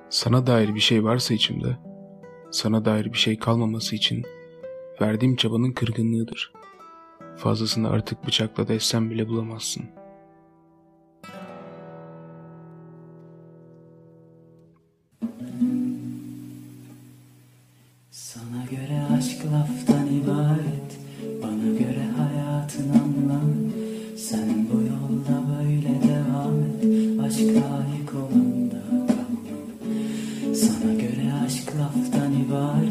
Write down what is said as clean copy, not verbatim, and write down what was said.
Sana dair bir şey varsa içimde, sana dair bir şey kalmaması için verdiğim çabanın kırgınlığıdır. Fazlasını artık bıçakla dessen bile bulamazsın. Sana göre aşk laftan ibaret, bana göre hayatın anlamı. Sen bu yolda böyle devam et, aşka layık olan da kalma. Sana göre aşk laftan ibaret.